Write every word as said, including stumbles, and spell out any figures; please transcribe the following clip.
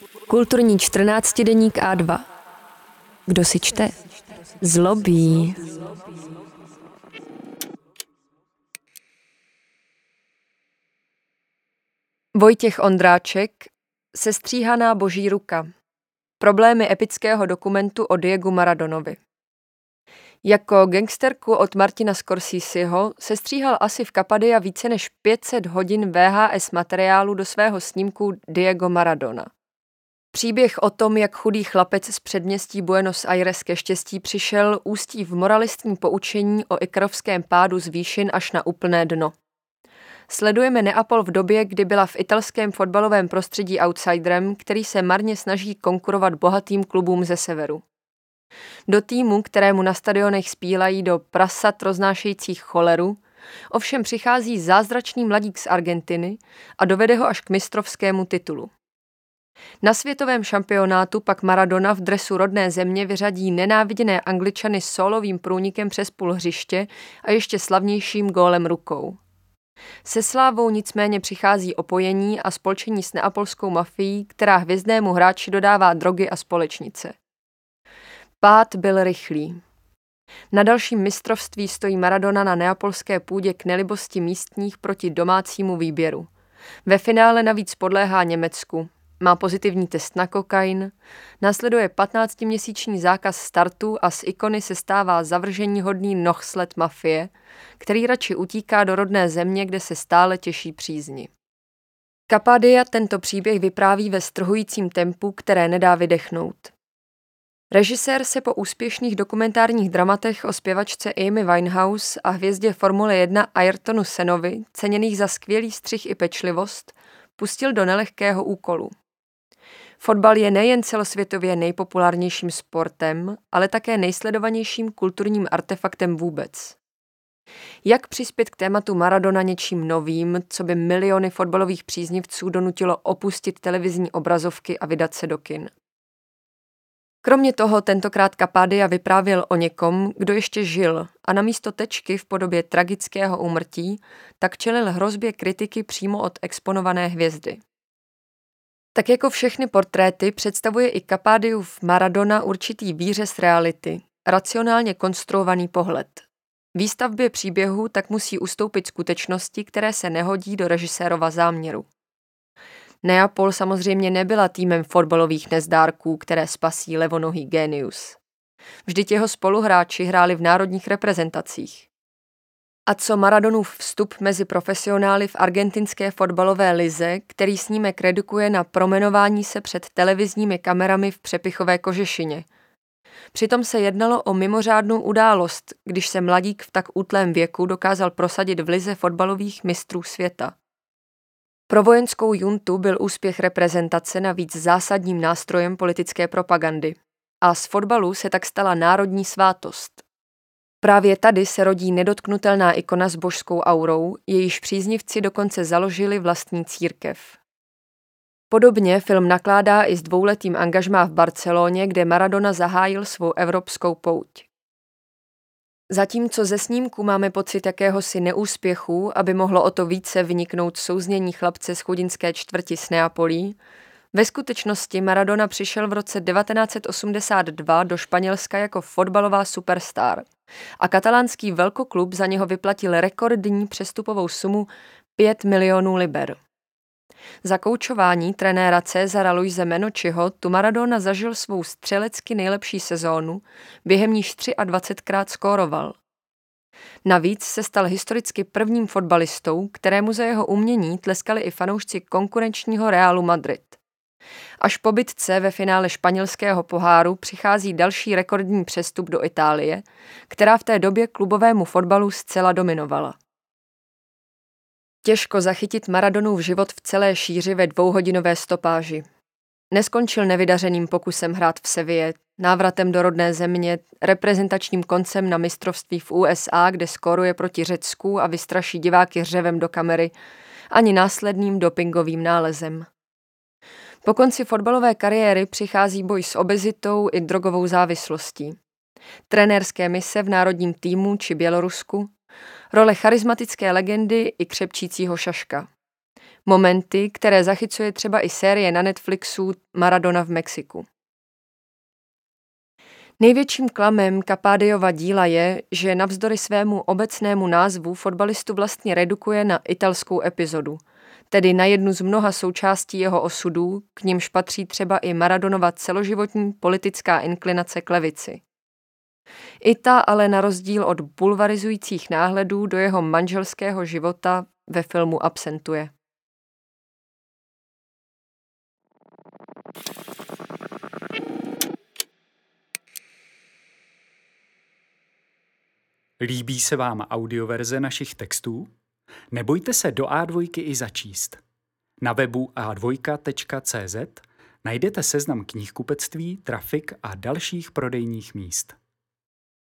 Kulturní čtrnáctidenník á dva. Kdo si čte? Zlobí. Vojtěch Ondráček, Sestříhaná boží ruka. Problémy epického dokumentu o Diegu Maradonovi. Jako gangsterku od Martina Scorseseho sestříhal asi v Kapadia více než pět set hodin vé há es materiálu do svého snímku Diego Maradona. Příběh o tom, jak chudý chlapec z předměstí Buenos Aires ke štěstí přišel, ústí v moralistním poučení o ikarovském pádu z výšin až na úplné dno. Sledujeme Neapol v době, kdy byla v italském fotbalovém prostředí outsiderem, který se marně snaží konkurovat bohatým klubům ze severu. Do týmu, kterému na stadionech spílají do prasat roznášejících choleru, ovšem přichází zázračný mladík z Argentiny a dovede ho až k mistrovskému titulu. Na světovém šampionátu pak Maradona v dresu rodné země vyřadí nenáviděné Angličany sólovým průnikem přes půl hřiště a ještě slavnějším gólem rukou. Se slávou nicméně přichází opojení a spolčení s neapolskou mafií, která hvězdnému hráči dodává drogy a společnice. Pád byl rychlý. Na dalším mistrovství stojí Maradona na neapolské půdě k nelibosti místních proti domácímu výběru. Ve finále navíc podléhá Německu. Má pozitivní test na kokain, následuje patnáctiměsíční zákaz startu a z ikony se stává zavrženíhodný nohsled mafie, který radši utíká do rodné země, kde se stále těší přízni. Kapadia tento příběh vypráví ve strhujícím tempu, které nedá vydechnout. Režisér se po úspěšných dokumentárních dramatech o zpěvačce Amy Winehouse a hvězdě Formule jedna Ayrtonu Senovi, ceněných za skvělý střih i pečlivost, pustil do nelehkého úkolu. Fotbal je nejen celosvětově nejpopulárnějším sportem, ale také nejsledovanějším kulturním artefaktem vůbec. Jak přispět k tématu Maradona něčím novým, co by miliony fotbalových příznivců donutilo opustit televizní obrazovky a vydat se do kin? Kromě toho tentokrát Kapadia vyprávěl o někom, kdo ještě žil a namísto tečky v podobě tragického úmrtí tak čelil hrozbě kritiky přímo od exponované hvězdy. Tak jako všechny portréty představuje i Kapadiův Maradona určitý výřez reality, racionálně konstruovaný pohled. Výstavbě příběhu tak musí ustoupit skutečnosti, které se nehodí do režisérova záměru. Neapol samozřejmě nebyla týmem fotbalových nezdárků, které spasí levonohý génius. Vždyť jeho spoluhráči hráli v národních reprezentacích. A co Maradonův vstup mezi profesionály v argentinské fotbalové lize, který snímek redukuje na promenování se před televizními kamerami v přepichové kožešině. Přitom se jednalo o mimořádnou událost, když se mladík v tak útlém věku dokázal prosadit v lize fotbalových mistrů světa. Pro vojenskou juntu byl úspěch reprezentace navíc zásadním nástrojem politické propagandy. A z fotbalu se tak stala národní svátost. Právě tady se rodí nedotknutelná ikona s božskou aurou, jejíž příznivci dokonce založili vlastní církev. Podobně film nakládá i s dvouletým angažmá v Barceloně, kde Maradona zahájil svou evropskou pouť. Zatímco ze snímku máme pocit jakéhosi neúspěchu, aby mohlo o to více vyniknout souznění chlapce z chudinské čtvrti s Neapolí, ve skutečnosti Maradona přišel v roce devatenáct set osmdesát dva do Španělska jako fotbalová superstar a katalánský velkoklub za něho vyplatil rekordní přestupovou sumu pět milionů liber. Za koučování trenéra Césara Luise Menochiho tu Maradona zažil svou střelecky nejlepší sezónu, během níž dvacetkrát skóroval. Navíc se stal historicky prvním fotbalistou, kterému za jeho umění tleskali i fanoušci konkurenčního Realu Madrid. Až po bitce ve finále španělského poháru přichází další rekordní přestup do Itálie, která v té době klubovému fotbalu zcela dominovala. Těžko zachytit Maradonův život v celé šíři ve dvouhodinové stopáži. Neskončil nevydařeným pokusem hrát v Seville, návratem do rodné země, reprezentačním koncem na mistrovství v U S A, kde skóruje proti Řecku a vystraší diváky řevem do kamery, ani následným dopingovým nálezem. Po konci fotbalové kariéry přichází boj s obezitou i drogovou závislostí. Trenérské mise v národním týmu či Bělorusku, role charismatické legendy i křepčícího šaška. Momenty, které zachycuje třeba i série na Netflixu Maradona v Mexiku. Největším klamem Capadiova díla je, že navzdory svému obecnému názvu fotbalistu vlastně redukuje na italskou epizodu, tedy na jednu z mnoha součástí jeho osudů, k nimž patří třeba i Maradonova celoživotní politická inklinace k levici. I ta ale na rozdíl od bulvarizujících náhledů do jeho manželského života ve filmu absentuje. Líbí se vám audioverze našich textů? Nebojte se do á dva i začíst. Na webu a dva tečka cé zet najdete seznam knihkupectví, trafik a dalších prodejních míst.